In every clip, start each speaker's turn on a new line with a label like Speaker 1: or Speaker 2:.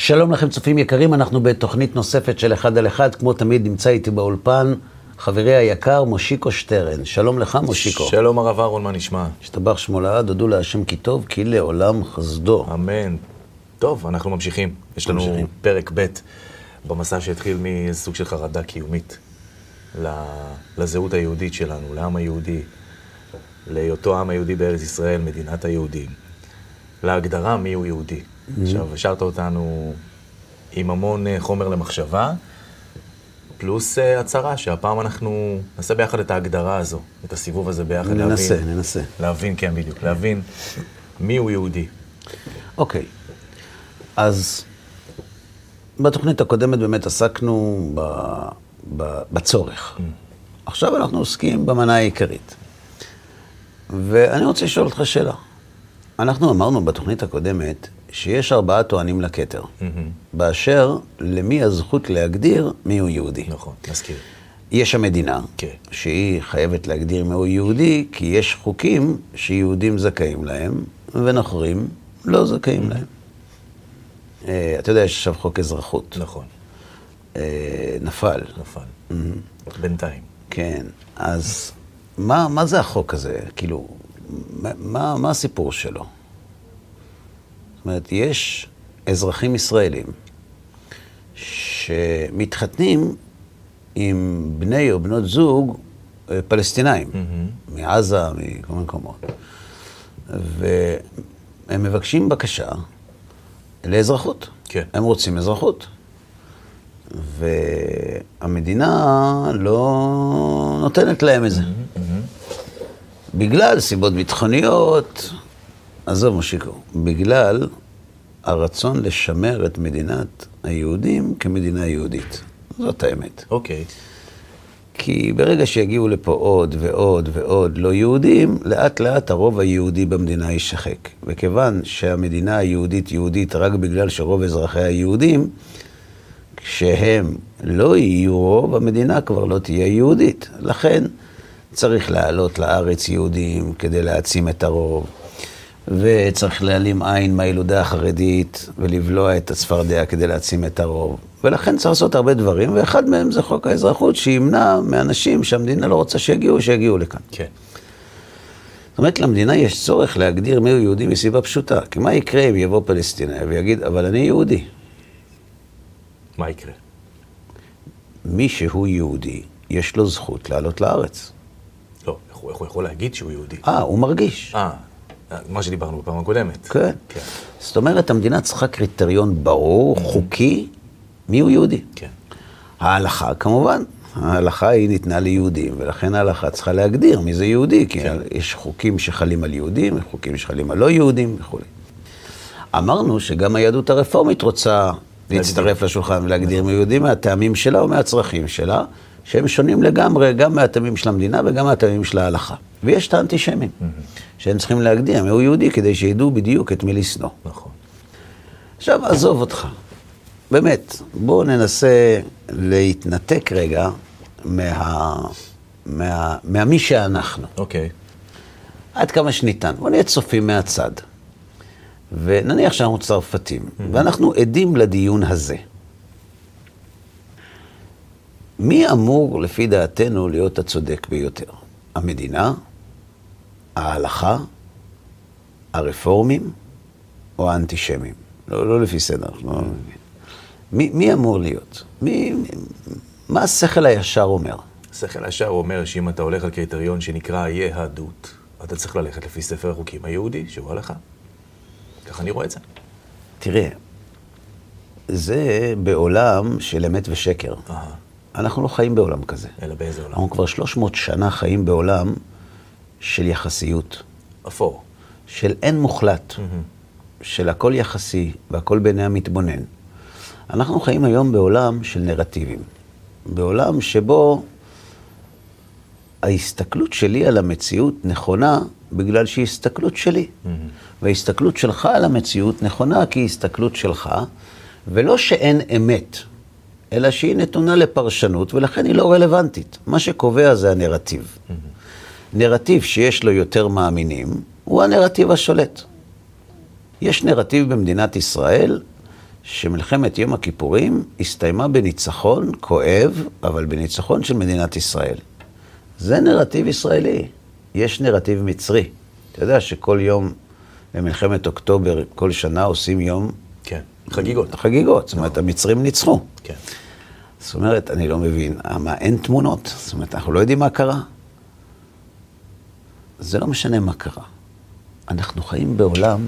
Speaker 1: שלום לכם צופים יקרים, אנחנו בתוכנית נוספת של אחד על אחד, כמו תמיד נמצא איתי באולפן חברי היקר מושיקו שטרן. שלום לך מושיקו.
Speaker 2: שלום הרב אהרון, מה נשמע?
Speaker 1: השתבח שמו לעד, הודו להשם כי טוב, כי לעולם חסדו.
Speaker 2: אמן. טוב, אנחנו ממשיכים. יש לנו פרק ב' במסע שהתחיל מסוג של חרדה קיומית לזהות היהודית שלנו, לעם היהודי, להיותו העם היהודי בארץ ישראל, מדינת היהודים, להגדרה מי הוא יהודי. עכשיו, השארת אותנו עם המון חומר למחשבה, פלוס הצהרה, שהפעם אנחנו נעשה ביחד את ההגדרה הזו, את הסיבוב הזה ביחד.
Speaker 1: ננסה.
Speaker 2: להבין, כן, בדיוק. להבין מי הוא יהודי.
Speaker 1: אוקיי. אז בתוכנית הקודמת באמת עסקנו בצורך. עכשיו אנחנו עוסקים במנה העיקרית. ואני רוצה לשאול אותך שאלה. אנחנו אמרנו בתוכנית הקודמת שיש 4 טוענים לכתר, באשר למי הזכות להגדיר מי הוא יהודי.
Speaker 2: נכון, נזכיר.
Speaker 1: יש המדינה, שהיא חייבת להגדיר מי הוא יהודי, כי יש חוקים שיהודים זכאים להם, ונוכרים לא זכאים להם. אתה יודע, יש עכשיו חוק אזרחות.
Speaker 2: נכון.
Speaker 1: נפל.
Speaker 2: בינתיים.
Speaker 1: כן, אז מה זה החוק הזה? כאילו, מה הסיפור שלו? זאת אומרת, יש אזרחים ישראלים שמתחתנים עם בני או בנות זוג פלסטינאים, מעזה, מכל מיני מקומות. והם מבקשים בקשה לאזרחות.
Speaker 2: כן.
Speaker 1: הם רוצים אזרחות. והמדינה לא נותנת להם את זה. בגלל סיבות ביטחוניות, עזוב מושיקו, בגלל הרצון לשמר את מדינת היהודים כמדינה יהודית. זאת האמת.
Speaker 2: אוקיי.
Speaker 1: כי ברגע שיגיעו לפה עוד ועוד ועוד לא יהודים, לאט לאט הרוב היהודי במדינה יישחק. וכיוון שהמדינה היהודית יהודית רק בגלל שרוב אזרחי היהודים, כשהם לא יהיו רוב, המדינה כבר לא תהיה יהודית. לכן צריך לעלות לארץ יהודים כדי להעצים את הרוב. וצריך להעלים עין מהילודה החרדית ולבלוע את הצפרדע כדי להעצים את הרוב. ולכן צריך לעשות הרבה דברים, ואחד מהם זה חוק האזרחות שימנע מאנשים שהמדינה לא רוצה שיגיעו לכאן.
Speaker 2: כן.
Speaker 1: זאת אומרת, למדינה יש צורך להגדיר מי הוא יהודי מסיבה פשוטה. כי מה יקרה אם יבוא פלסטיני ויגיד, אבל אני יהודי?
Speaker 2: מה יקרה?
Speaker 1: מי שהוא יהודי, יש לו זכות לעלות לארץ.
Speaker 2: לא, הוא יכול להגיד שהוא יהודי.
Speaker 1: הוא מרגיש.
Speaker 2: מה שדיברנו בפעם הקודמת.
Speaker 1: כן. זאת אומרת, המדינה צריכה קריטריון ברור, חוקי, מי הוא יהודי.
Speaker 2: כן.
Speaker 1: ההלכה, כמובן, ההלכה היא ניתנה ליהודים, ולכן ההלכה צריכה להגדיר מי זה יהודי, כי יש חוקים שחלים על יהודים, חוקים שחלים על לא יהודים וכו'. אמרנו שגם היהדות הרפורמית רוצה להצטרף לשולחן ולהגדיר מי יהודי מהטעמים שלה ומהצרכים שלה, שהם שונים לגמרי, גם מהטעמים של המדינה וגם מהטעמים של ההלכה. ויש את האנטישמים, שהם צריכים להגדיר מי הוא יהודי כדי שידעו בדיוק את מי לשנוא.
Speaker 2: נכון.
Speaker 1: עכשיו, עזוב אותך. באמת, בואו ננסה להתנתק רגע מהמי שאנחנו.
Speaker 2: אוקיי.
Speaker 1: עד כמה שניתן. בואו נהיה צופים מהצד. ונניח שאנחנו צרפתים, ואנחנו עדים לדיון הזה. מי אמור, לפי דעתנו, להיות הצודק ביותר? המדינה, ההלכה, הרפורמים או האנטישמים? לא לפי סדר. מי אמור להיות? מה השכל הישר אומר?
Speaker 2: השכל הישר אומר שאם אתה הולך על קריטריון שנקרא יהדות, אתה צריך ללכת לפי ספר החוקים היהודי, שהוא הלכה. ככה אני רואה את זה.
Speaker 1: תראה, זה בעולם של אמת ושקר. אנחנו לא חיים בעולם כזה.
Speaker 2: אלא באיזה עולם?
Speaker 1: אנחנו כבר 300 שנה חיים בעולם של יחסיות.
Speaker 2: אפור.
Speaker 1: של אין מוחלט. של הכל יחסי והכל בעיני המתבונן. אנחנו חיים היום בעולם של נרטיבים. בעולם שבו ההסתכלות שלי על המציאות נכונה בגלל שהיא הסתכלות שלי. וההסתכלות שלך על המציאות נכונה כי היא הסתכלות שלך, ולא שאין אמת, אלא שהיא נתונה לפרשנות, ולכן היא לא רלוונטית. מה שקובע זה הנרטיב. נרטיב שיש לו יותר מאמינים, הוא הנרטיב השולט. יש נרטיב במדינת ישראל שמלחמת יום הכיפורים הסתיימה בניצחון כואב, אבל בניצחון של מדינת ישראל. זה נרטיב ישראלי. יש נרטיב מצרי. אתה יודע שכל יום במלחמת אוקטובר, כל שנה עושים יום...
Speaker 2: כן, חגיגות.
Speaker 1: חגיגות, זאת אומרת, המצרים ניצחו.
Speaker 2: כן.
Speaker 1: זאת אומרת, אני לא מבין, מה, אין תמונות? זאת אומרת, אנחנו לא יודעים מה קרה. זה לא משנה מה קרה. אנחנו חיים בעולם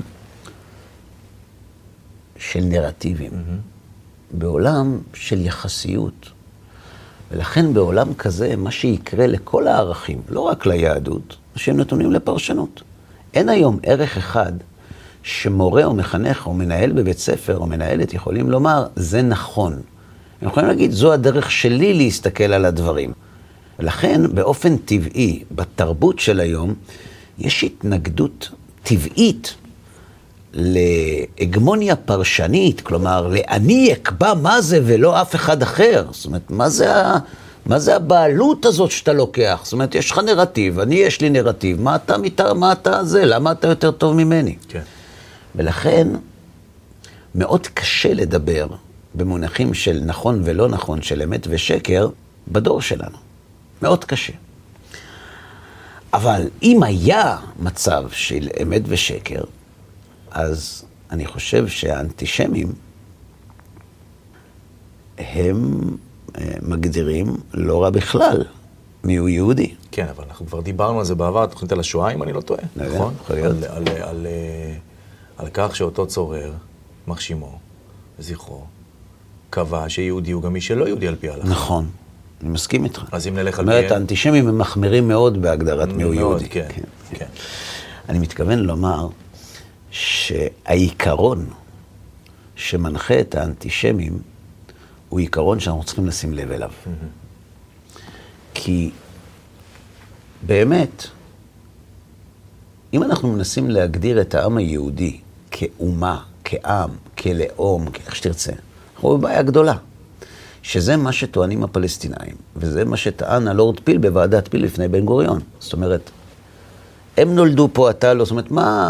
Speaker 1: של נרטיבים, בעולם של יחסיות. ולכן בעולם כזה, מה שיקרה לכל הערכים, לא רק ליהדות, שהם נתונים לפרשנות. אין היום ערך אחד שמורה או מחנך או מנהל בבית ספר או מנהלת יכולים לומר, זה נכון. הם יכולים להגיד, זו הדרך שלי להסתכל על הדברים. ולכן, באופן טבעי, בתרבות של היום, יש התנגדות טבעית להגמוניה פרשנית, כלומר, אני אקבע מה זה ולא אף אחד אחר. זאת אומרת, מה זה הבעלות הזאת שאתה לוקח? זאת אומרת, יש לך נרטיב, יש לי נרטיב, מה אתה זה? למה אתה יותר טוב ממני?
Speaker 2: כן.
Speaker 1: ולכן, מאוד קשה לדבר במונחים של נכון ולא נכון, של אמת ושקר, בדור שלנו. מאוד קשה. אבל אם היה מצב של אמת ושקר, אז אני חושב שהאנטישמים הם מגדירים לא רע בכלל מיהו יהודי.
Speaker 2: כן, אבל אנחנו כבר דיברנו על זה בעבר, תוכנית על השואה, אם אני לא טועה, נכון?
Speaker 1: יכול להיות.
Speaker 2: על כך שאותו צורר, מחשימו, זכרו, קבע שיהודי הוא גם מי שלא יהודי על פי ההלכה.
Speaker 1: נכון, אני מסכים איתך.
Speaker 2: אז אם נלך על פי...
Speaker 1: זאת אומרת, האנטישמים הם מחמירים מאוד בהגדרת מיהו יהודי.
Speaker 2: כן, כן.
Speaker 1: אני מתכוון לומר שהעיקרון שמנחה את האנטישמים הוא עיקרון שאנחנו צריכים לשים לב אליו. כי באמת, אם אנחנו מנסים להגדיר את העם היהודי כאומה, כעם, כלאום, איך שתרצה, אנחנו בבעיה גדולה. שזה מה שטוענים הפלסטינאים, וזה מה שטען הלורד פיל בוועדת פיל לפני בן גוריון. זאת אומרת, הם נולדו פה, אתה לא, זאת אומרת,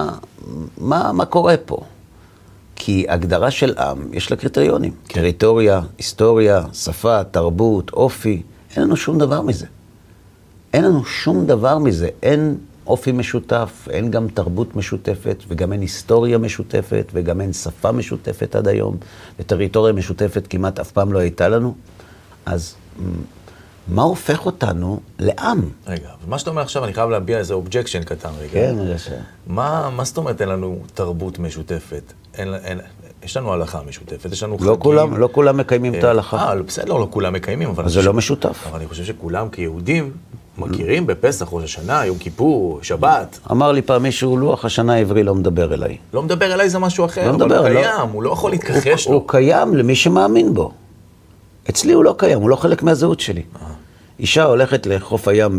Speaker 1: מה קורה פה? כי הגדרה של עם, יש לה קריטריונים. כן. טריטוריה, היסטוריה, שפה, תרבות, אופי. אין לנו שום דבר מזה. אין לנו שום דבר מזה. אין אופי משותף, אין גם תרבות משותפת, וגם אין היסטוריה משותפת, וגם אין שפה משותפת עד היום, וטריטוריה משותפת כמעט אף פעם לא הייתה לנו. אז מה הופך אותנו לעם?
Speaker 2: רגע, ומה שאתה אומר עכשיו, אני חייב להביע איזה אובג'קשן קטן רגע.
Speaker 1: כן, רגע ש...
Speaker 2: מה זאת אומרת אין לנו תרבות משותפת? יש לנו הלכה משותפת, יש לנו חגים.
Speaker 1: לא כולם מקיימים את ההלכה.
Speaker 2: בסדר, לא כולם מקיימים, אבל...
Speaker 1: זה לא משותף.
Speaker 2: אבל אני חושב שכולם כיהודים מכירים בפסח, ראש השנה, יום כיפור, שבת.
Speaker 1: אמר לי פעם מישהו, לוח השנה העברי לא מדבר אליי.
Speaker 2: לא מדבר אליי זה משהו אחר,
Speaker 1: אבל הוא
Speaker 2: קיים, הוא לא יכול להתכחש לו.
Speaker 1: הוא קיים למי שמאמין בו. אצלי הוא לא קיים, הוא לא חלק מהזהות שלי. אישה הולכת לחוף הים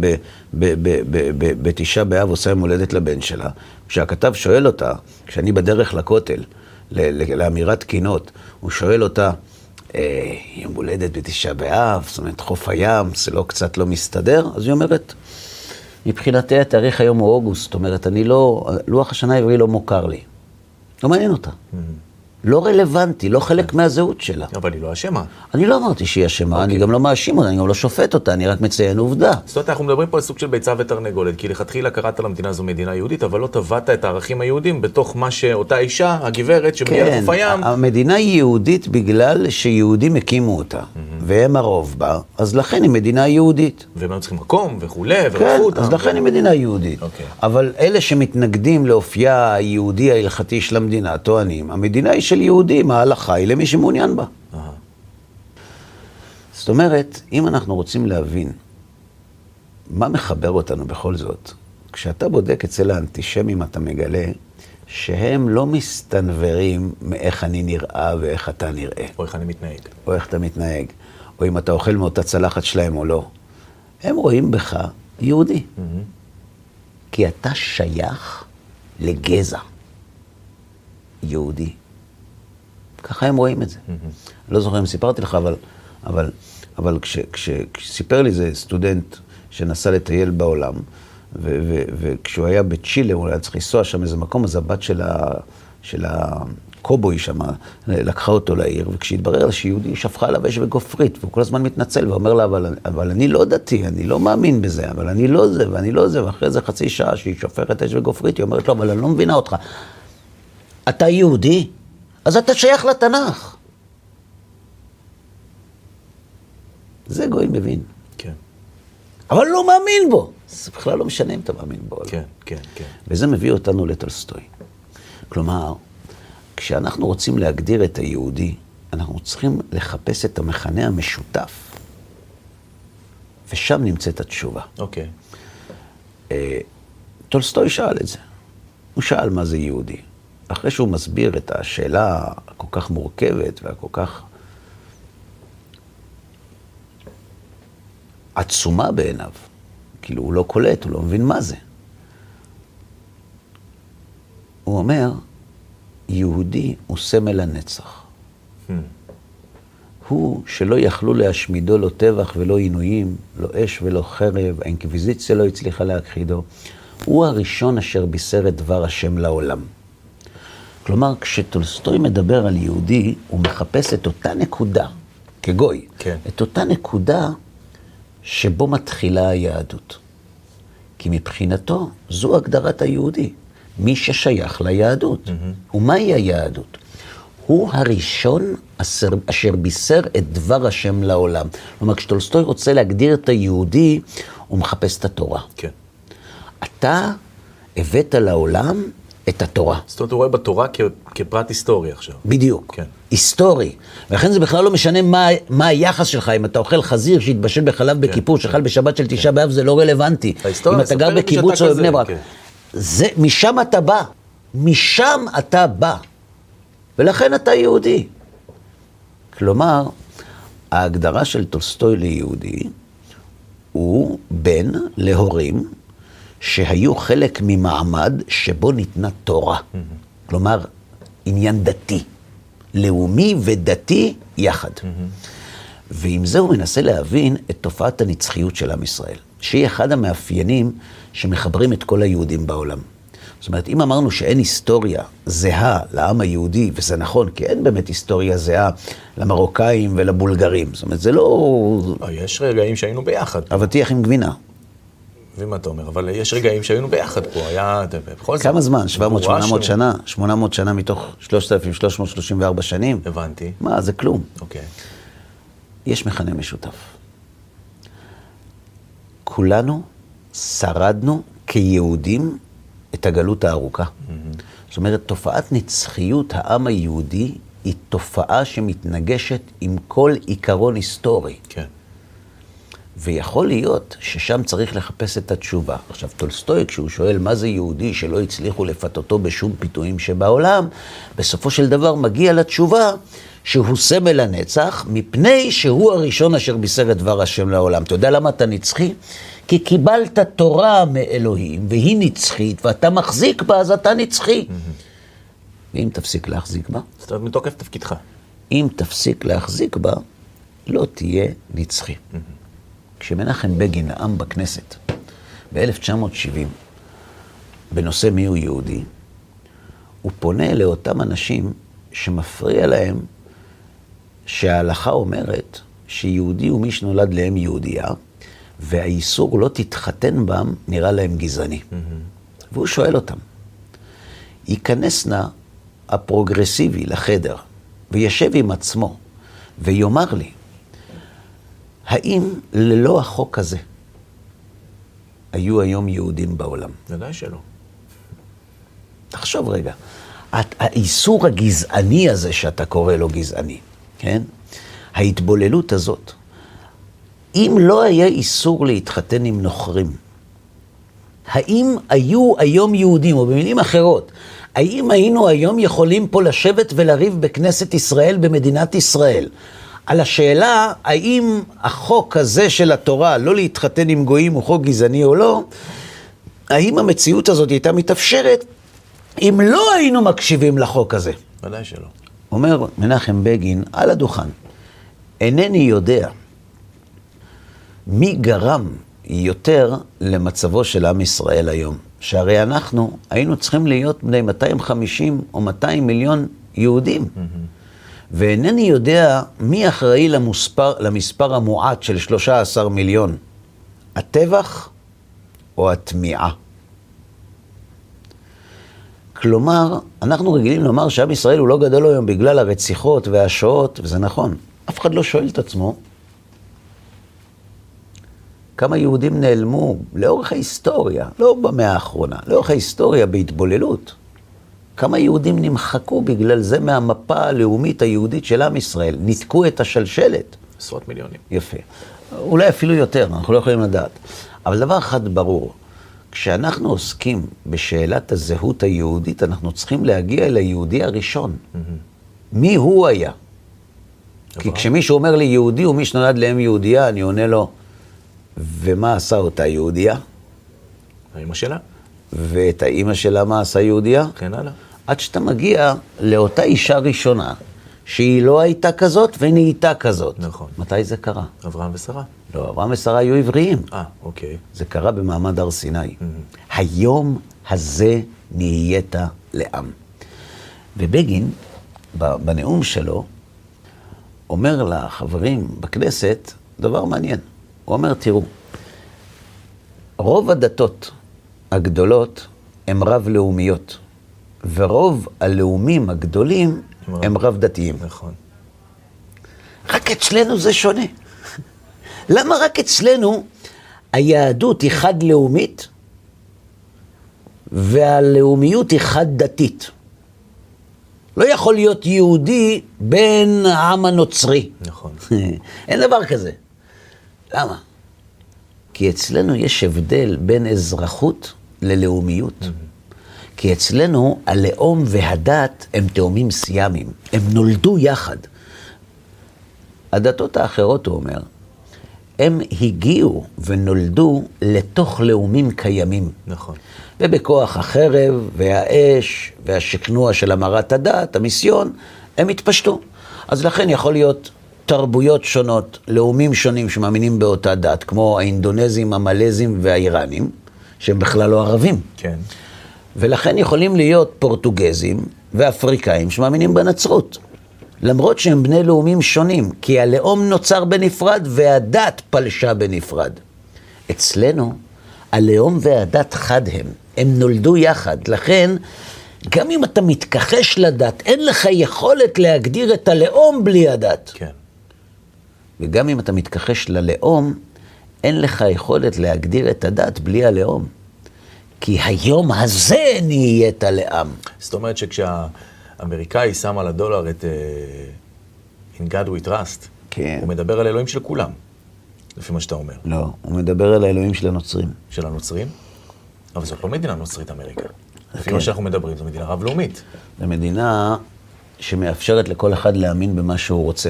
Speaker 1: בתשעה באב, עושה יום הולדת לבן שלה. כשהכתב שואל אותה, כשאני בדרך לכותל, לאמירת קינות, הוא שואל אותה, יום הולדת בתשעה באב, זאת אומרת, חוף הים, זה לא קצת לא מסתדר? אז היא אומרת, מבחינתי התאריך היום הוא אוגוסט, זאת אומרת, לוח השנה העברי לא מוכר לי. לא מעניין אותה. לא רלוונטי, לא חלק מהזהות שלה.
Speaker 2: אבל היא לא אשמה.
Speaker 1: אני לא אמרתי שהיא אשמה, אני גם לא מאשים אותה, אני גם לא שופט אותה, אני רק מציין עובדה.
Speaker 2: זאת אומרת, אנחנו מדברים פה על סוג של ביצה ותרנגולת, כי לכתחילה קראת למדינה זו מדינה יהודית, אבל לא טבעת את הערכים היהודים בתוך מה שאותה אישה, הגברת, שמגיעה לחוף הים.
Speaker 1: המדינה היא יהודית בגלל שיהודים הקימו אותה, והם הרוב בה, אז לכן היא מדינה יהודית.
Speaker 2: והם צריכים מקום וכולי,
Speaker 1: כן, אז לכן היא מדינה יהודית. אבל אלה שמתנגדים לאופייה היהודי ההלכתי של המדינה, טוענים, המדינה היא של יהודים, ההלכה היא למי שמעוניין בה. זאת אומרת, אם אנחנו רוצים להבין מה מחבר אותנו בכל זאת, כשאתה בודק אצל האנטישמים אתה מגלה שהם לא מסתנברים מאיך אני נראה ואיך אתה נראה.
Speaker 2: או איך אני מתנהג.
Speaker 1: או איך אתה מתנהג. או אם אתה אוכל מאותה צלחת שלהם או לא. הם רואים בך יהודי. כי אתה שייך לגזע יהודי. ככה הם רואים את זה. לא זוכר אם סיפרתי לך, אבל כשסיפר לי זה סטודנט שנסע לטייל בעולם, וכשהוא היה בצ'ילה, הוא היה צריך לנסוע שם איזה מקום, אז הבת של קובוי שם, לקחה אותו לעיר, וכשהתברר לה שיהודי, שפכה עליו אש וגופרית, והוא כל הזמן מתנצל ואומר לה, אבל אני לא דתי, אני לא מאמין בזה, אבל אני לא זה ואני לא זה, ואחרי זה חצי שעה שהיא שופכת אש וגופרית, היא אומרת לו, אבל אני לא מבינה אותך. אתה יהודי? אז אתה שייך לתנ"ך. זה גוי מבין.
Speaker 2: כן.
Speaker 1: אבל לא מאמין בו. זה בכלל לא משנה אם אתה מאמין בו.
Speaker 2: כן, כן, כן.
Speaker 1: וזה מביא אותנו לטולסטוי. כלומר, כשאנחנו רוצים להגדיר את היהודי, אנחנו צריכים לחפש את המכנה המשותף. ושם נמצאת התשובה.
Speaker 2: אוקיי.
Speaker 1: טולסטוי שאל את זה. הוא שאל מה זה יהודי. אחרי שהוא מסביר את השאלה הכל כך מורכבת והכל כך עצומה בעיניו, כאילו הוא לא קולט, הוא לא מבין מה זה. הוא אומר, יהודי הוא סמל הנצח. הוא שלא יכלו להשמידו לא טבח ולא עינויים, לא אש ולא חרב, האינקוויזיציה לא הצליחה להכחידו. הוא הראשון אשר בישר את דבר השם לעולם. כלומר, כשטולסטוי מדבר על יהודי, הוא מחפש את אותה נקודה, כגוי,
Speaker 2: כן.
Speaker 1: את אותה נקודה שבו מתחילה היהדות. כי מבחינתו, זו הגדרת היהודי, מי ששייך ליהדות. ומהי היהדות? הוא הראשון אשר בישר את דבר השם לעולם. כלומר, כשטולסטוי רוצה להגדיר את היהודי, הוא מחפש את התורה.
Speaker 2: כן.
Speaker 1: אתה הבאת לעולם את התורה.
Speaker 2: זאת אומרת, הוא רואה בתורה כפרט היסטורי עכשיו.
Speaker 1: בדיוק.
Speaker 2: כן.
Speaker 1: היסטורי. ולכן זה בכלל לא משנה מה היחס שלך. אם אתה אוכל חזיר שהתבשל בחלב בכיפור, שחל בשבת של תשעה באב, זה לא רלוונטי. אם אתה גר בקיבוץ או בבני ברק. משם אתה בא. משם אתה בא. ולכן אתה יהודי. כלומר, ההגדרה של טולסטוי ליהודי הוא בן להורים שהיו חלק ממעמד שבו ניתנה תורה. כלומר, עניין דתי. לאומי ודתי יחד. ועם זה הוא מנסה להבין את תופעת הנצחיות של עם ישראל, שהיא אחד המאפיינים שמחברים את כל היהודים בעולם. זאת אומרת, אם אמרנו שאין היסטוריה זהה לעם היהודי, וזה נכון, כי אין באמת היסטוריה זהה למרוקאים ולבולגרים. זאת אומרת, זה לא...
Speaker 2: יש רגעים שהיינו ביחד.
Speaker 1: אבטיח עם גבינה.
Speaker 2: ומה אתה אומר? אבל יש רגעים שהיינו ביחד פה. היה...
Speaker 1: כמה זמן? 700-800 שנה? 800 שנה מתוך 3,334 שנים?
Speaker 2: הבנתי.
Speaker 1: מה, זה כלום.
Speaker 2: אוקיי.
Speaker 1: יש מכנה משותף. כולנו שרדנו כיהודים את הגלות הארוכה. זאת אומרת, תופעת נצחיות העם היהודי היא תופעה שמתנגשת עם כל עיקרון היסטורי.
Speaker 2: כן.
Speaker 1: ויכול להיות ששם צריך לחפש את התשובה. עכשיו, טולסטוי, כשהוא שואל מה זה יהודי שלא הצליחו לפתותו בשום פיתויים שבעולם, בסופו של דבר מגיע לתשובה שהוא סמל הנצח, מפני שהוא הראשון אשר בישר את דבר השם לעולם. אתה יודע למה אתה נצחי? כי קיבלת תורה מאלוהים, והיא נצחית, ואתה מחזיק בה, אז אתה נצחי. ואם תפסיק להחזיק בה?
Speaker 2: זאת אומרת, מתוקף תפקידך.
Speaker 1: אם תפסיק להחזיק בה, לא תהיה נצחי. כשמנחם בגין נאם בכנסת ב-1970, בנושא מיהו יהודי, הוא פונה לאותם אנשים שמפריע להם שההלכה אומרת שיהודי הוא מי שנולד להם יהודייה, והאיסור לא תתחתן בם נראה להם גזעני. והוא שואל אותם, ייכנס נא הפרוגרסיבי לחדר, וישב עם עצמו, ויאמר לי, האם ללא החוק הזה היו היום יהודים בעולם?
Speaker 2: ודאי שלא.
Speaker 1: תחשוב רגע, האיסור הגזעני הזה שאתה קורא לו גזעני, כן? ההתבוללות הזאת, אם לא היה איסור להתחתן עם נוכרים, האם היו היום יהודים, או במילים אחרות, האם היינו היום יכולים פה לשבת ולריב בכנסת ישראל, במדינת ישראל, על השאלה האם החוק הזה של התורה, לא להתחתן עם גויים, הוא חוק גזעני או לא, האם המציאות הזאת הייתה מתאפשרת, אם לא היינו מקשיבים לחוק הזה?
Speaker 2: ודאי שלא.
Speaker 1: אומר מנחם בגין על הדוכן, אינני יודע מי גרם יותר למצבו של עם ישראל היום. שהרי אנחנו היינו צריכים להיות בני 250 או 200 מיליון יהודים. ואינני יודע מי אחראי למספר המועט של 13 מיליון, הטבח או התמיעה. כלומר, אנחנו רגילים לומר שעם ישראל הוא לא גדול היום בגלל הרציחות והשואות, וזה נכון. אף אחד לא שואל את עצמו כמה יהודים נעלמו לאורך ההיסטוריה, לא במאה האחרונה, לאורך ההיסטוריה בהתבוללות. כמה יהודים נמחקו בגלל זה מהמפה הלאומית היהודית של עם ישראל, ניתקו את השלשלת.
Speaker 2: עשרות מיליונים.
Speaker 1: יפה. אולי אפילו יותר, אנחנו לא יכולים לדעת. אבל דבר אחד ברור, כשאנחנו עוסקים בשאלת הזהות היהודית, אנחנו צריכים להגיע אל היהודי הראשון. מי הוא היה? כי כשמישהו אומר לי יהודי הוא מי שנולד להם יהודייה, אני עונה לו, ומה עשה אותה יהודייה?
Speaker 2: האמא שלה.
Speaker 1: ואת האמא שלה מה עשה יהודייה?
Speaker 2: כן הלאה.
Speaker 1: עד שאתה מגיע לאותה אישה ראשונה, שהיא לא הייתה כזאת ונהייתה כזאת.
Speaker 2: נכון.
Speaker 1: מתי זה קרה?
Speaker 2: אברהם ושרה.
Speaker 1: לא, אברהם ושרה היו עבריים.
Speaker 2: אוקיי.
Speaker 1: זה קרה במעמד הר סיני. היום הזה נהיית לעם. ובגין, בנאום שלו, אומר לחברים בכנסת דבר מעניין. הוא אומר, תראו, רוב הדתות הגדולות הן רב-לאומיות, ורוב הלאומים הגדולים הם רב-דתיים.
Speaker 2: נכון.
Speaker 1: רק אצלנו זה שונה. למה רק אצלנו היהדות היא חד-לאומית, והלאומיות היא חד-דתית? לא יכול להיות יהודי בין העם הנוצרי.
Speaker 2: נכון.
Speaker 1: אין דבר כזה. למה? כי אצלנו יש הבדל בין אזרחות ללאומיות. כי אצלנו הלאום והדת הם תאומים סיאמיים. הם נולדו יחד. הדתות האחרות, הוא אומר, הם הגיעו ונולדו לתוך לאומים קיימים.
Speaker 2: נכון.
Speaker 1: ובכוח החרב והאש והשכנוע של המרת הדת, המיסיון, הם התפשטו. אז לכן יכול להיות תרבויות שונות, לאומים שונים שמאמינים באותה דת, כמו האינדונזים, המלזים והאיראנים, שהם בכלל לא ערבים.
Speaker 2: כן.
Speaker 1: ולכן יכולים להיות פורטוגזים ואפריקאים שמאמינים בנצרות. למרות שהם בני לאומים שונים, כי הלאום נוצר בנפרד והדת פלשה בנפרד. אצלנו, הלאום והדת חד הם נולדו יחד. לכן, גם אם אתה מתכחש לדת, אין לך יכולת להגדיר את הלאום בלי הדת.
Speaker 2: כן.
Speaker 1: וגם אם אתה מתכחש ללאום, אין לך יכולת להגדיר את הדת בלי הלאום. כי היום הזה נהיית לעם.
Speaker 2: זאת אומרת שכשהאמריקאי שם על הדולר את In God We Trust,
Speaker 1: כן.
Speaker 2: הוא מדבר על אלוהים של כולם, לפי מה שאתה אומר.
Speaker 1: לא, הוא מדבר על האלוהים של הנוצרים.
Speaker 2: של הנוצרים? אבל זאת לא מדינה נוצרית אמריקה. לפי מה שאנחנו מדברים, זו מדינה רב-לאומית.
Speaker 1: זו מדינה שמאפשרת לכל אחד להאמין במה שהוא רוצה.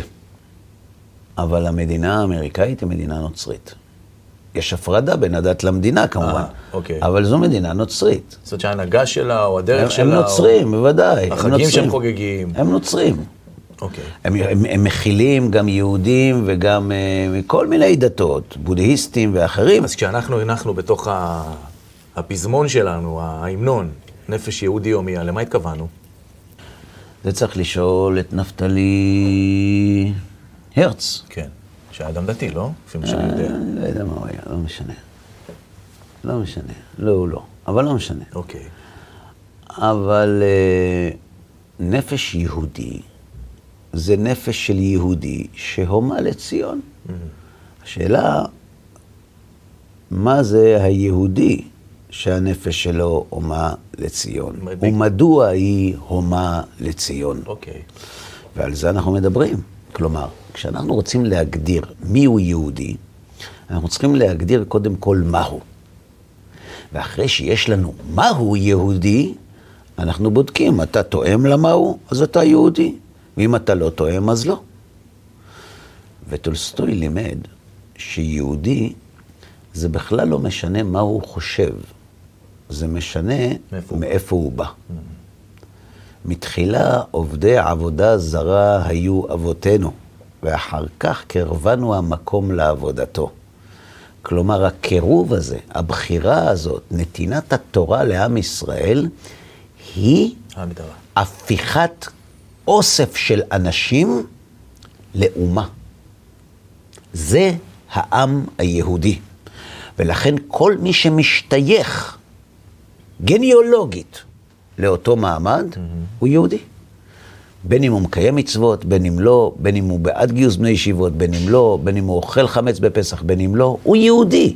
Speaker 1: אבל המדינה האמריקאית היא מדינה נוצרית. יש הפרדה בין הדת למדינה כמובן,
Speaker 2: אוקיי.
Speaker 1: אבל זו מדינה נוצרית.
Speaker 2: זאת שההנהגה שלה או הדרך שלה...
Speaker 1: הם נוצרים, בוודאי.
Speaker 2: החגים שהם חוגגים.
Speaker 1: הם נוצרים.
Speaker 2: אוקיי.
Speaker 1: הם מכילים גם יהודים וגם מכל מיני דתות, בודהיסטים ואחרים.
Speaker 2: אז כשאנחנו הנחנו בתוך הפזמון שלנו, ההמנון, נפש יהודי הומיה, למה התכוונו?
Speaker 1: זה צריך לשאול את נפתלי הרץ.
Speaker 2: כן. שהיה אדם דתי, לא? לפי מה שאני יודע.
Speaker 1: לא יודע מה הוא היה, לא משנה. לא משנה. לא, הוא לא. אבל לא משנה.
Speaker 2: אוקיי.
Speaker 1: אבל נפש יהודי, זה נפש של יהודי שהומה לציון. השאלה, מה זה היהודי שהנפש שלו הומה לציון? ומדוע היא הומה לציון?
Speaker 2: אוקיי.
Speaker 1: ועל זה אנחנו מדברים. כלומר, כשאנחנו רוצים להגדיר מיהו יהודי, אנחנו צריכים להגדיר קודם כל מהו. ואחרי שיש לנו מהו יהודי, אנחנו בודקים, אתה תואם למהו, אז אתה יהודי. ואם אתה לא תואם, אז לא. וטולסטוי לימד שיהודי זה בכלל לא משנה מה הוא חושב. זה משנה מאיפה הוא בא. מתחילה עובדי עבודה זרה היו אבותינו, ואחר כך קרבנו המקום לעבודתו. כלומר, הקירוב הזה, הבחירה הזאת, נתינת התורה לעם ישראל, היא הפיכת אוסף של אנשים לאומה. זה העם היהודי. ולכן כל מי שמשתייך גניאולוגית לאותו מעמד, הוא יהודי. בין אם הוא מקיים מצוות, בין אם לא, בין אם הוא בעד גיוס בני ישיבות, בין אם לא, בין אם הוא אוכל חמץ בפסח, בין אם לא, הוא יהודי.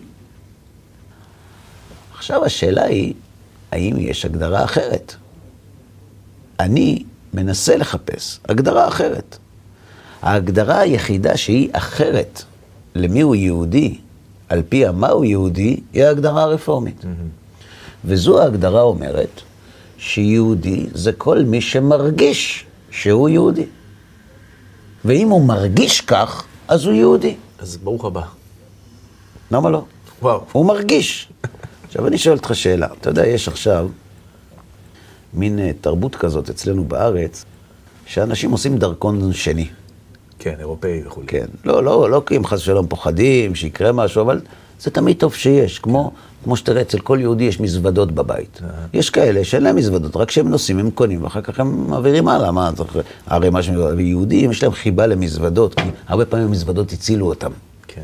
Speaker 1: עכשיו השאלה היא, האם יש הגדרה אחרת? אני מנסה לחפש הגדרה אחרת. ההגדרה היחידה שהיא אחרת למי הוא יהודי, על פי מה הוא יהודי, היא ההגדרה הרפורמית. וזו ההגדרה אומרת שיהודי זה כל מי שמרגיש שהוא יהודי. ואם הוא מרגיש כך, אז הוא יהודי.
Speaker 2: אז ברוך הבא.
Speaker 1: למה לא?
Speaker 2: וואו.
Speaker 1: הוא מרגיש. עכשיו אני שואל אותך שאלה. אתה יודע, יש עכשיו מין תרבות כזאת אצלנו בארץ, שאנשים עושים דרכון שני.
Speaker 2: כן, אירופאי וכו'.
Speaker 1: כן, לא כי הם חס ושלום פוחדים, שיקרה משהו, אבל זה תמיד טוב שיש. כמו שתראה, אצל כל יהודי יש מזוודות בבית. יש כאלה שאין להם מזוודות, רק כשהם נוסעים, הם קונים, ואחר כך הם מעבירים הלאה. מה צריך? הרי מה יהודים, יש להם חיבה למזוודות, כי הרבה פעמים המזוודות הצילו אותם.
Speaker 2: כן.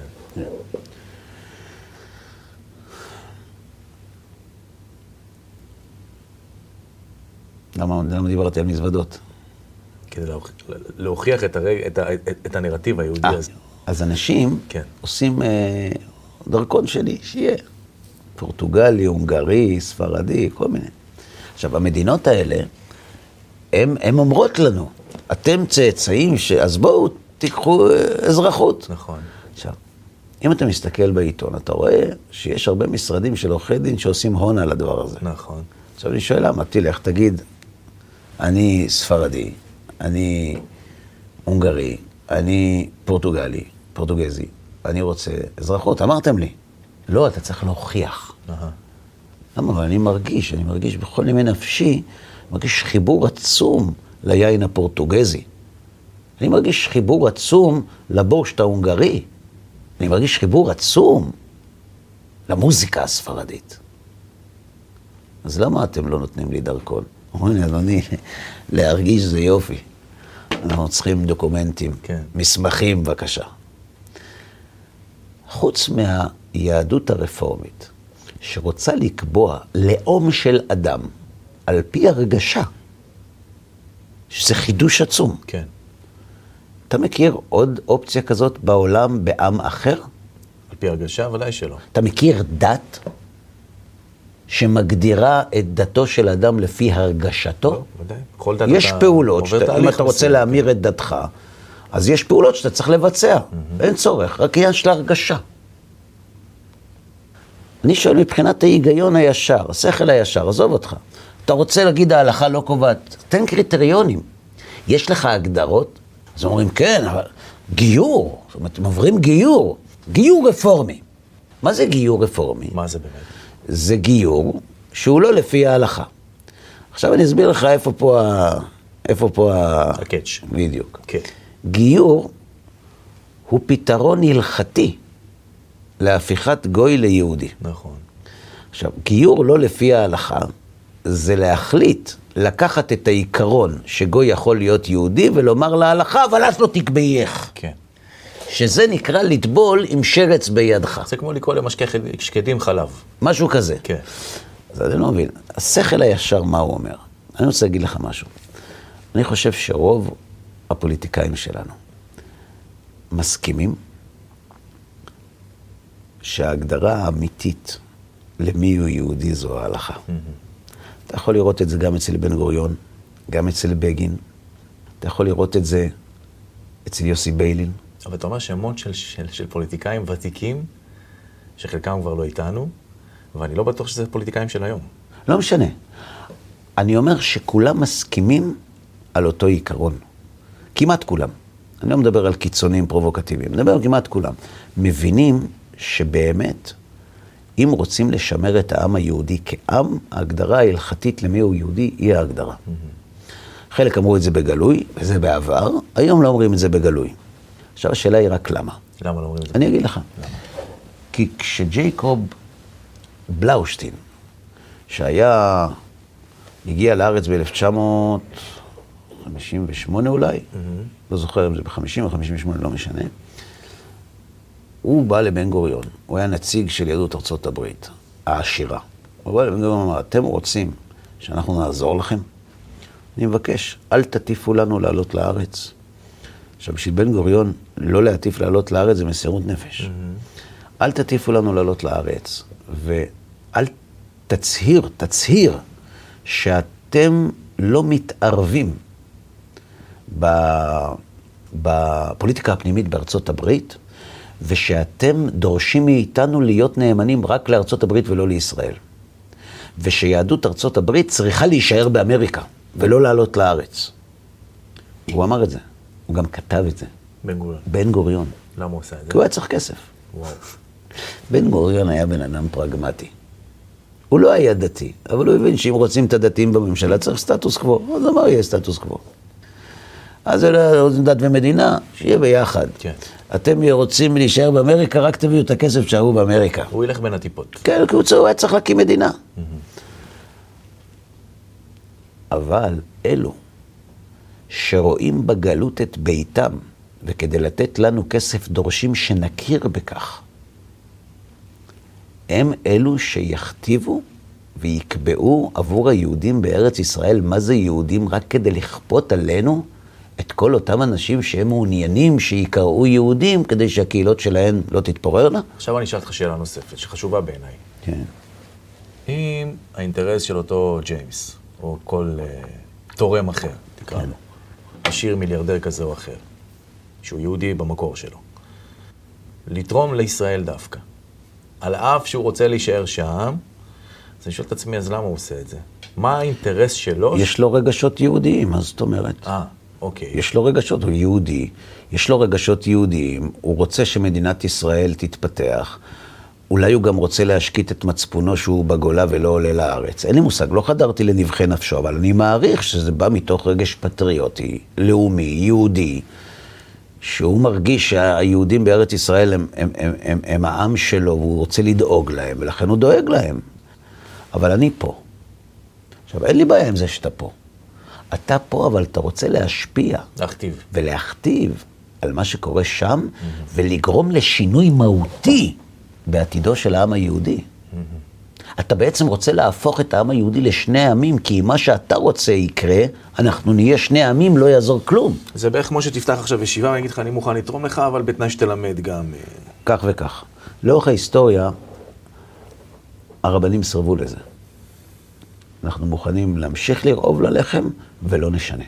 Speaker 1: למה דיברתי על מזוודות?
Speaker 2: כדי להוכיח את הנרטיב היהודי הזה.
Speaker 1: אז אנשים
Speaker 2: כן.
Speaker 1: עושים דרכון שני, שיהיה פורטוגלי, הונגרי, ספרדי, כל מיני. עכשיו, המדינות האלה, הן אומרות לנו, אתם צאצאים, אז בואו תיקחו אזרחות.
Speaker 2: נכון.
Speaker 1: עכשיו, אם אתה מסתכל בעיתון, אתה רואה שיש הרבה משרדים של עורכי דין שעושים הון על הדבר הזה.
Speaker 2: נכון.
Speaker 1: עכשיו אני שואל למה, תלך, תגיד, אני ספרדי, אני הונגרי, אני פורטוגזי, אני רוצה אזרחות, אמרתם לי. לא, אתה צריך להוכיח. למה? אבל אני מרגיש בכל נימי נפשי, מרגיש חיבור עצום ליין הפורטוגזי. אני מרגיש חיבור עצום לבורשט ההונגרי. אני מרגיש חיבור עצום למוזיקה הספרדית. אז למה אתם לא נותנים לי דרכון? אומרים לי, אדוני, להרגיש זה יופי. אנחנו צריכים דוקומנטים,
Speaker 2: כן.
Speaker 1: מסמכים, בבקשה. חוץ מהיהדות הרפורמית, שרוצה לקבוע לאום של אדם, על פי הרגשה, שזה חידוש עצום.
Speaker 2: כן.
Speaker 1: אתה מכיר עוד אופציה כזאת בעולם בעם אחר?
Speaker 2: על פי הרגשה, ודאי שלא.
Speaker 1: אתה מכיר דת שמגדירה את דתו של אדם לפי הרגשתו?
Speaker 2: לא, ודאי. בכל דת
Speaker 1: יש פעולות, אם אתה רוצה
Speaker 2: מסוים.
Speaker 1: להמיר את דתך, אז יש פעולות שאתה צריך לבצע. אין צורך, רק עניין של הרגשה. אני שואל מבחינת ההיגיון הישר, השכל הישר, עזוב אותך. אתה רוצה להגיד ההלכה לא קובעת, תן קריטריונים. יש לך הגדרות? אז אומרים, כן, אבל גיור, זאת אומרת, הם עוברים גיור רפורמי. מה זה גיור רפורמי?
Speaker 2: מה זה באמת?
Speaker 1: זה גיור שהוא לא לפי ההלכה. עכשיו אני אסביר לך איפה פה
Speaker 2: הקאץ'.
Speaker 1: בדיוק.
Speaker 2: כן.
Speaker 1: גיור הוא פתרון הלכתי להפיכת גוי ליהודי.
Speaker 2: נכון.
Speaker 1: עכשיו, גיור לא לפי ההלכה, זה להחליט, לקחת את העיקרון שגוי יכול להיות יהודי ולומר להלכה, אבל אז לא תקבעי איך.
Speaker 2: כן.
Speaker 1: שזה נקרא לטבול עם שרץ בידך.
Speaker 2: זה כמו לקרוא למשקה שקדים חלב.
Speaker 1: משהו כזה.
Speaker 2: כן.
Speaker 1: אז אני לא מבין. השכל הישר, מה הוא אומר? אני רוצה להגיד לך משהו. אני חושב שרוב הפוליטיקאים שלנו מסכימים שההגדרה האמיתית למי הוא יהודי זו ההלכה. אתה יכול לראות את זה גם אצל בן גוריון, גם אצל בגין. אתה יכול לראות את זה אצל יוסי ביילין.
Speaker 2: אבל אתה אומר שמות של פוליטיקאים ותיקים, שחלקם כבר לא איתנו, ואני לא בטוח שזה פוליטיקאים של היום.
Speaker 1: לא משנה. אני אומר שכולם מסכימים על אותו עיקרון. כמעט כולם. אני לא מדבר על קיצונים פרובוקטיביים, אני מדבר על כמעט כולם. מבינים שבאמת, אם רוצים לשמר את העם היהודי כעם, ההגדרה ההלכתית למי הוא יהודי היא ההגדרה. חלק אמרו את זה בגלוי, וזה בעבר, היום לא אומרים את זה בגלוי. עכשיו השאלה היא רק למה.
Speaker 2: למה לא אומרים את זה?
Speaker 1: אני אגיד לך.
Speaker 2: למה?
Speaker 1: כי כשג'ייקוב 58 אולי, לא זוכר אם זה ב-50 או 58, לא משנה. הוא בא לבן גוריון, הוא היה נציג של יהדות ארצות הברית, העשירה. הוא בא לבן גוריון ואמר, אתם רוצים שאנחנו נעזור לכם? אני מבקש, אל תטיפו לנו לעלות לארץ. עכשיו, בשביל בן גוריון, לא להטיף לעלות לארץ זה מסירות נפש. אל תטיפו לנו לעלות לארץ, ואל תצהיר שאתם לא מתערבים בפוליטיקה הפנימית בארצות הברית, ושאתם דורשים מאיתנו להיות נאמנים רק לארצות הברית ולא לישראל. ושיהדות ארצות הברית צריכה להישאר באמריקה, ולא לעלות לארץ. הוא אמר את זה. הוא גם כתב את זה.
Speaker 2: בן גוריון.
Speaker 1: בן גוריון.
Speaker 2: למה הוא עושה את זה?
Speaker 1: כי הוא היה צריך כסף.
Speaker 2: וואו.
Speaker 1: בן גוריון היה בן אדם פרגמטי. הוא לא היה דתי, אבל הוא הבין שאם רוצים את הדתיים בממשלה צריך סטטוס קוו. אז אמר יהיה סטטוס קוו. אז זה דת ומדינה, שיהיה ביחד.
Speaker 2: כן.
Speaker 1: אתם רוצים להישאר באמריקה, רק תביאו את הכסף שערו באמריקה.
Speaker 2: הוא ילך בין הטיפות.
Speaker 1: כן, כי הוא היה צריך להקים מדינה. אבל אלו שרואים בגלות את ביתם, וכדי לתת לנו כסף דורשים שנכיר בכך, הם אלו שיכתיבו ויקבעו עבור היהודים בארץ ישראל מה זה יהודים, רק כדי לכפות עלינו את כל אותם אנשים שהם מעוניינים שיקראו יהודים, כדי שהקהילות שלהם לא תתפוררנה.
Speaker 2: עכשיו אני אשאל אותך שאלה נוספת, שחשובה בעיניי.
Speaker 1: כן.
Speaker 2: אם האינטרס של אותו ג'יימס, או כל תורם אחר, תקרא לו, עשיר מיליארדר כזה או אחר, שהוא יהודי במקור שלו, לתרום לישראל דווקא, על אף שהוא רוצה להישאר שם, אז אני שואל את עצמי, אז למה הוא עושה את זה? מה האינטרס שלו?
Speaker 1: יש לו רגשות יהודיים, אז זאת אומרת.
Speaker 2: אוקיי.
Speaker 1: יש לו רגשות, הוא יהודי, יש לו רגשות יהודיים, הוא רוצה שמדינת ישראל תתפתח, אולי הוא גם רוצה להשקיט את מצפונו שהוא בגולה ולא עולה לארץ. אין לי מושג, לא חדרתי לנבחי נפשו, אבל אני מעריך שזה בא מתוך רגש פטריוטי, לאומי, יהודי, שהוא מרגיש שהיהודים בארץ ישראל הם העם שלו, והוא רוצה לדאוג להם, ולכן הוא דואג להם. אבל אני פה. עכשיו, אין לי בעיה עם זה שאתה פה. אתה פה, אבל אתה רוצה להשפיע.
Speaker 2: להכתיב.
Speaker 1: ולהכתיב על מה שקורה שם, ולגרום לשינוי מהותי בעתידו של העם היהודי. אתה בעצם רוצה להפוך את העם היהודי לשני עמים, כי מה שאתה רוצה יקרה, אנחנו נהיה שני עמים, לא יעזור כלום.
Speaker 2: זה בערך כמו שתפתח עכשיו ישיבה, ואני אגיד לך, אני מוכן לתרום לך, אבל בתנאי שתלמד גם.
Speaker 1: כך וכך. לאורך ההיסטוריה, הרבנים סרבו לזה. אנחנו מוכנים להמשיך לרעוב ללחם, ולא נשנה.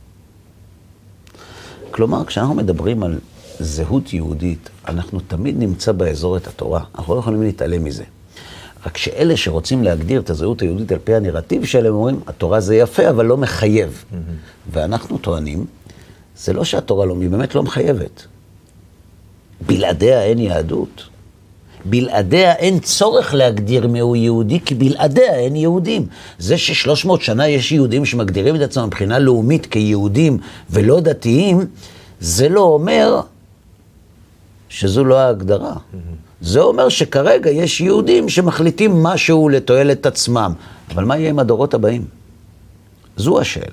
Speaker 1: כלומר, כשאנחנו מדברים על זהות יהודית, אנחנו תמיד נמצא באזור את התורה. אנחנו לא יכולים להתעלם מזה. רק שאלה שרוצים להגדיר את הזהות היהודית על פי הנרטיב שלהם, אומרים, התורה זה יפה, אבל לא מחייב. ואנחנו טוענים, זה לא שהתורה לא, היא באמת לא מחייבת. בלעדיה אין יהדות. בלעדיה אין צורך להגדיר מהו יהודי, כי בלעדיה אין יהודים. זה ש300 שנה יש יהודים שמגדירים את עצמם מבחינה לאומית כיהודים ולא דתיים, זה לא אומר שזו לא ההגדרה. זה אומר שכרגע יש יהודים שמחליטים משהו לתועלת עצמם. אבל מה יהיה עם הדורות הבאים? זו השאלה.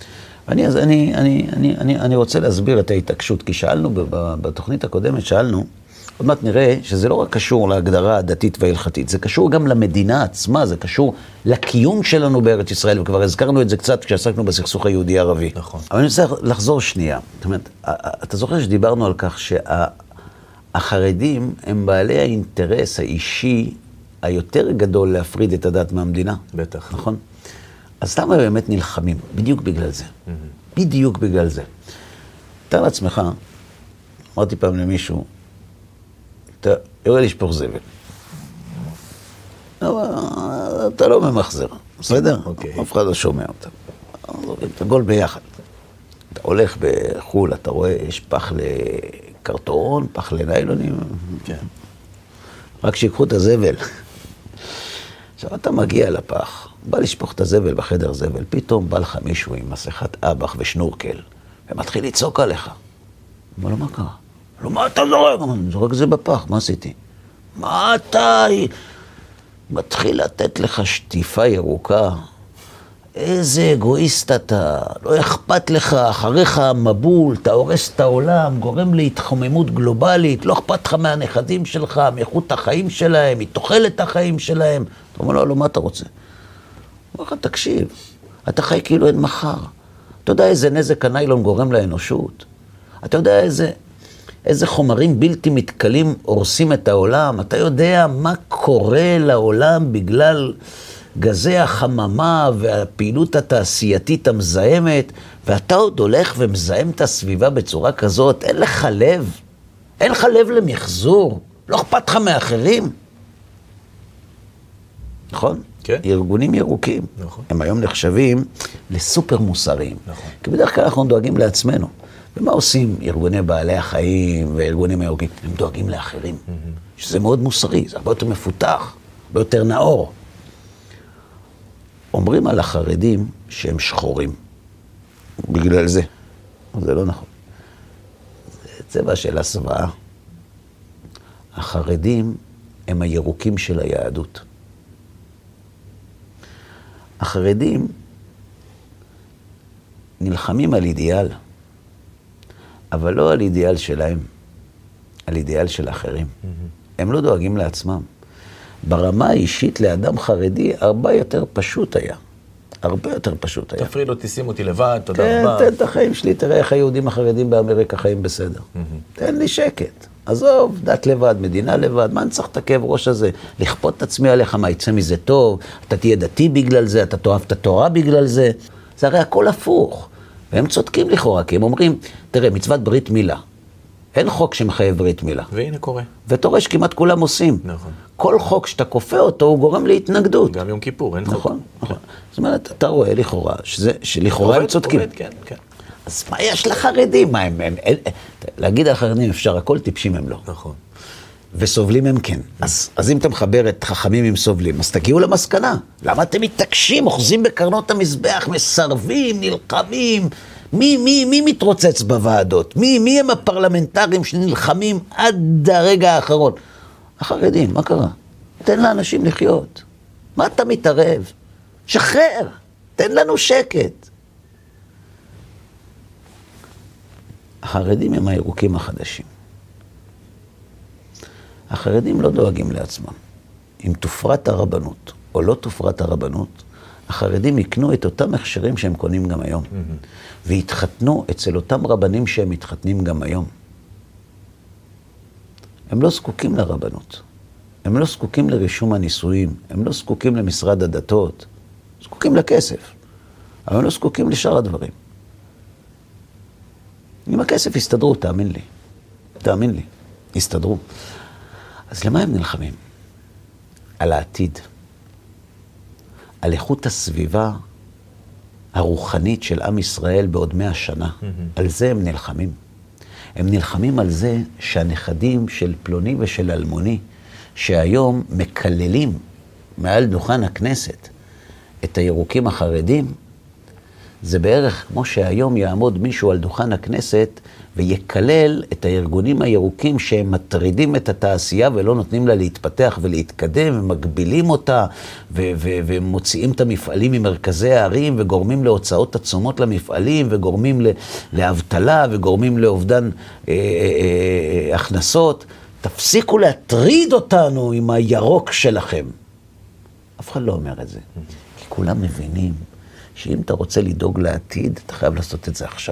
Speaker 1: אני רוצה להסביר את ההתעקשות, כי שאלנו בתוכנית הקודמת, שאלנו, עוד מעט נראה שזה לא רק קשור להגדרה הדתית וההלכתית, זה קשור גם למדינה עצמה, זה קשור לקיום שלנו בארץ ישראל, וכבר הזכרנו את זה קצת כשעסקנו בסכסוך היהודי-ערבי.
Speaker 2: נכון.
Speaker 1: אבל אני רוצה לחזור שנייה. זאת אומרת, אתה זוכר שדיברנו על כך שהחרדים הם בעלי האינטרס האישי היותר גדול להפריד את הדת מהמדינה.
Speaker 2: בטח.
Speaker 1: נכון? אז למה באמת נלחמים? בדיוק בגלל זה. בדיוק בגלל זה. תאר לעצמך, אמרתי פעם למישהו, אתה יורד לשפוך זבל. אתה לא ממחזר, בסדר? אף אחד לא שומע אותה. אתה גול ביחד. אתה הולך בחול, אתה רואה, יש פח לקרטון, פח לניילונים.
Speaker 2: כן.
Speaker 1: רק שיקחו את הזבל. עכשיו אתה מגיע לפח, בא לשפוך את הזבל בחדר זבל, פתאום בא לך מישהו עם מסכת אבח ושנורקל, ומתחיל לצעוק עליך. אומר לו, מה קרה? לא, מה אתה זורק? אני זורק זה בפח, מה עשיתי? מה אתה? מתחיל לתת לך שטיפה ירוקה. איזה אגואיסט אתה, לא אכפת לך, אחריך מבול, אתה הורס את העולם, גורם להתחממות גלובלית, לא אכפת לך מהנכדים שלך, מאיכות החיים שלהם, מתוחלת החיים שלהם. אתה אומר לו, לא, מה אתה רוצה? הוא אומר לך, תקשיב, אתה חי כאילו אין מחר. אתה יודע איזה נזק הניילון גורם לאנושות? אתה יודע איזה חומרים בלתי מתכלים הורסים את העולם? אתה יודע מה קורה לעולם בגלל גזי החממה והפעילות התעשייתית המזהמת, ואתה עוד הולך ומזהם את הסביבה בצורה כזאת? אין לך לב? אין לך לב למחזור? לא אכפת לך מאחרים? נכון?
Speaker 2: כן.
Speaker 1: ארגונים ירוקים.
Speaker 2: נכון.
Speaker 1: הם היום נחשבים לסופר מוסריים.
Speaker 2: נכון.
Speaker 1: כי בדרך כלל אנחנו דואגים לעצמנו. ומה עושים ארגוני בעלי החיים וארגונים ירוקים? הם דואגים לאחרים. שזה מאוד מוסרי, זה הרבה יותר מפותח, הרבה יותר נאור. אומרים על החרדים שהם שחורים. בגלל זה. זה לא נכון. זה צבע של הסוואה. החרדים הם הירוקים של היהדות. החרדים נלחמים על אידיאל, אבל לא על אידיאל שלהם, על אידיאל של אחרים. הם לא דואגים לעצמם. ברמה האישית לאדם חרדי הרבה יותר פשוט היה. הרבה יותר פשוט היה.
Speaker 2: תפריד לו, תשים אותי לבד, תודה
Speaker 1: כן,
Speaker 2: רבה.
Speaker 1: תן את החיים שלי, תראה איך היהודים החרדים באמריקה חיים בסדר. תן לי שקט. עזוב, דת לבד, מדינה לבד, מה אני צריך את הכאב ראש הזה? לכפות את עצמי עליך, מה יצא מזה טוב? אתה תהיה דתי בגלל זה, אתה תאהב את התורה בגלל זה. זה הרי הכל הפוך. והם צודקים לכאורה, כי הם אומרים, תראה, מצוות ברית מילה. אין חוק שמחייב ברית מילה.
Speaker 2: והנה קורה.
Speaker 1: ואתה רואה שכמעט כולם עושים.
Speaker 2: נכון.
Speaker 1: כל חוק שאתה כופה אותו, הוא גורם להתנגדות.
Speaker 2: גם יום כיפור, אין חוק.
Speaker 1: נכון, נכון. זאת אומרת, אתה רואה לכאורה, שלכאורה הם צודקים.
Speaker 2: עובד, כן, כן.
Speaker 1: אז מה יש לחרדים? מה הם, להגיד על חרדים אפשר, הכל טיפשים הם לא.
Speaker 2: נכון.
Speaker 1: וסובלים הם כן. אז אם אתה מחבר את חכמים עם סובלים, אז תגיעו למסקנה. למה אתם מתעקשים, אוחזים בקרנות המזבח, מסרבים, נלחמים? מי מתרוצץ בוועדות? מי הם הפרלמנטרים שנלחמים עד הרגע האחרון? החרדים, מה קרה? תן לאנשים לחיות. מה אתה מתערב? שחרר, תן לנו שקט. החרדים הם הירוקים החדשים. החרדים לא דואגים לעצמם. אם תופרת הרבנות או לא תופרת הרבנות, החרדים יקנו את אותם הכשרים שהם קונים גם היום. והתחתנו אצל אותם רבנים שהם מתחתנים גם היום. הם לא זקוקים לרבנות. הם לא זקוקים לרישום הנישואים. הם לא זקוקים למשרד הדתות. זקוקים לכסף. אבל הם לא זקוקים לשאר הדברים. עם הכסף הסתדרו, תאמין לי. תאמין לי. הסתדרו. אז למה הם נלחמים? על העתיד. על איכות הסביבה הרוחנית של עם ישראל בעוד 100 שנה. על זה הם נלחמים. הם נלחמים על זה שהנכדים של פלוני ושל אלמוני, שהיום מקללים מעל דוכן הכנסת את הירוקים החרדים, זה בערך כמו שהיום יעמוד מישהו על דוכן הכנסת ויקלל את הארגונים הירוקים שהם מטרידים את התעשייה ולא נותנים לה להתפתח ולהתקדם, ומגבילים אותה ומוציאים את המפעלים ממרכזי הערים וגורמים להוצאות עצומות למפעלים וגורמים לאבטלה וגורמים לאובדן הכנסות. תפסיקו להטריד אותנו עם הירוק שלכם. אף אחד לא אומר את זה. כי כולם מבינים שאם אתה רוצה לדאוג לעתיד, אתה חייב לעשות את זה עכשיו.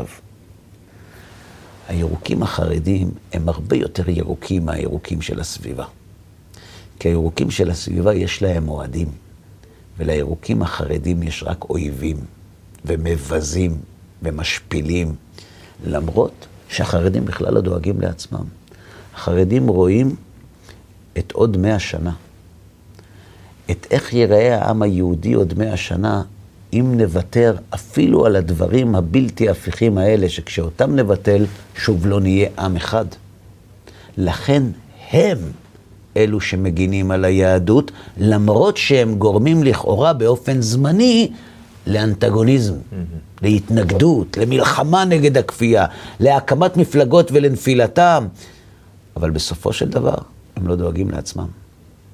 Speaker 1: הירוקים החרדים הם הרבה יותר ירוקים מהירוקים של הסביבה. כי הירוקים של הסביבה יש להם אוהדים, ולירוקים החרדים יש רק אויבים, ומבזים, ומשפילים, למרות שהחרדים בכלל לא דואגים לעצמם. החרדים רואים את עוד 100 שנה. את איך ייראה העם היהודי עוד 100 שנה, אם נוותר אפילו על הדברים הבלתי הפיכים האלה, שכשאותם נבטל, שוב לא נהיה עם אחד. לכן הם אלו שמגינים על היהדות, למרות שהם גורמים לכאורה באופן זמני לאנטגוניזם, להתנגדות, למלחמה נגד הכפייה, להקמת מפלגות ולנפילתם. אבל בסופו של דבר הם לא דואגים לעצמם.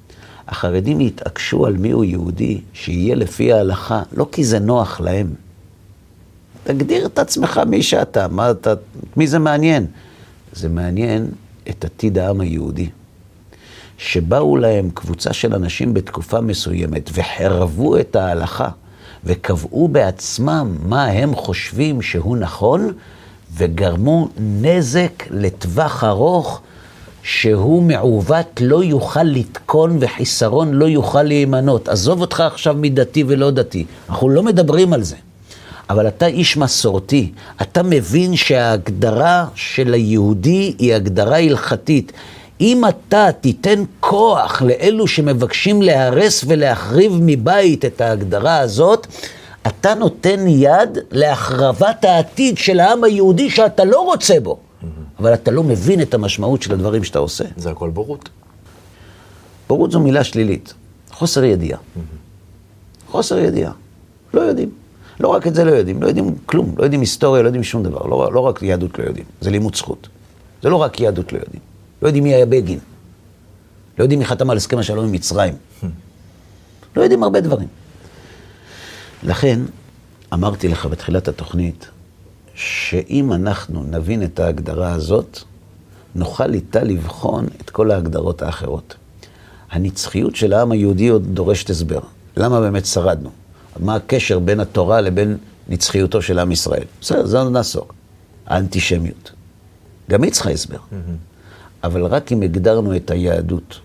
Speaker 1: החרדים יתעקשו על מיהו יהודי, שיהיה לפי ההלכה, לא כי זה נוח להם. תגדיר את עצמך מי שאתה, מי זה מעניין? זה מעניין את עתיד העם היהודי. שבאו להם קבוצה של אנשים בתקופה מסוימת וחרבו את ההלכה וקבעו בעצמם מה הם חושבים שהוא נכון וגרמו נזק לטווח ארוך שהוא מעוות לא יוכל לתקון וחיסרון לא יוכל להימנות. עזוב אותך עכשיו מדתי ולא דתי, אנחנו לא מדברים על זה. אבל אתה איש מסורתי, אתה מבין שההגדרה של היהודי היא הגדרה הלכתית. אם אתה תיתן כוח לאלו שמבקשים להרס ולהחריב מבית את ההגדרה הזאת, אתה נותן יד להחרבת העתיד של העם היהודי שאתה לא רוצה בו. אבל אתה לא מבין את המשמעות של הדברים שאתה עושה.
Speaker 2: זה הכל בורות.
Speaker 1: בורות זו מילה שלילית. חוסר ידיעה. חוסר ידיעה. לא יודעים. לא רק את זה לא יודעים. לא יודעים כלום. לא יודעים היסטוריה, לא יודעים שום דבר. לא רק יהדות לא יודעים. זה לימוד זכות. זה לא רק יהדות לא יודעים. לא יודעים מי היה בגין. לא יודעים מי חתם על הסכם השלום עם מצרים. לא יודעים הרבה דברים. לכן, אמרתי לך בתחילת התוכנית, שאם אנחנו נבין את ההגדרה הזאת, נוכל איתה לבחון את כל ההגדרות האחרות. הנצחיות של העם היהודי עוד דורשת הסבר. למה באמת שרדנו? מה הקשר בין התורה לבין נצחיותו של עם ישראל? בסדר, זה נעסוק. האנטישמיות. גם היא צריכה הסבר. אבל רק אם הגדרנו את היהדות,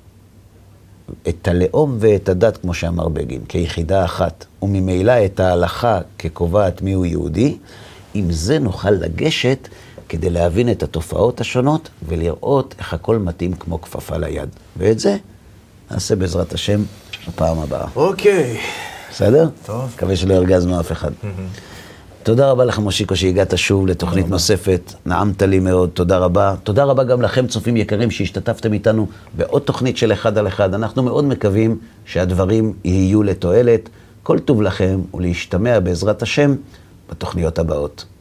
Speaker 1: את הלאום ואת הדת, כמו שאמר בגין, כיחידה אחת, וממילא את ההלכה כקובעת מיהו יהודי, עם זה נוכל לגשת כדי להבין את התופעות השונות ולראות איך הכל מתאים כמו כפפה ליד. ואת זה נעשה בעזרת השם בפעם הבאה.
Speaker 2: אוקיי.
Speaker 1: בסדר?
Speaker 2: טוב.
Speaker 1: מקווה שלא הרגזנו אף אחד. תודה רבה לך מושיקו שהגעת שוב לתוכנית נוספת, נעמת לי מאוד, תודה רבה. תודה רבה גם לכם צופים יקרים שהשתתפתם איתנו בעוד תוכנית של אחד על אחד. אנחנו מאוד מקווים שהדברים יהיו לתועלת. כל טוב לכם ולהשתמע בעזרת השם בתוכניות הבאות.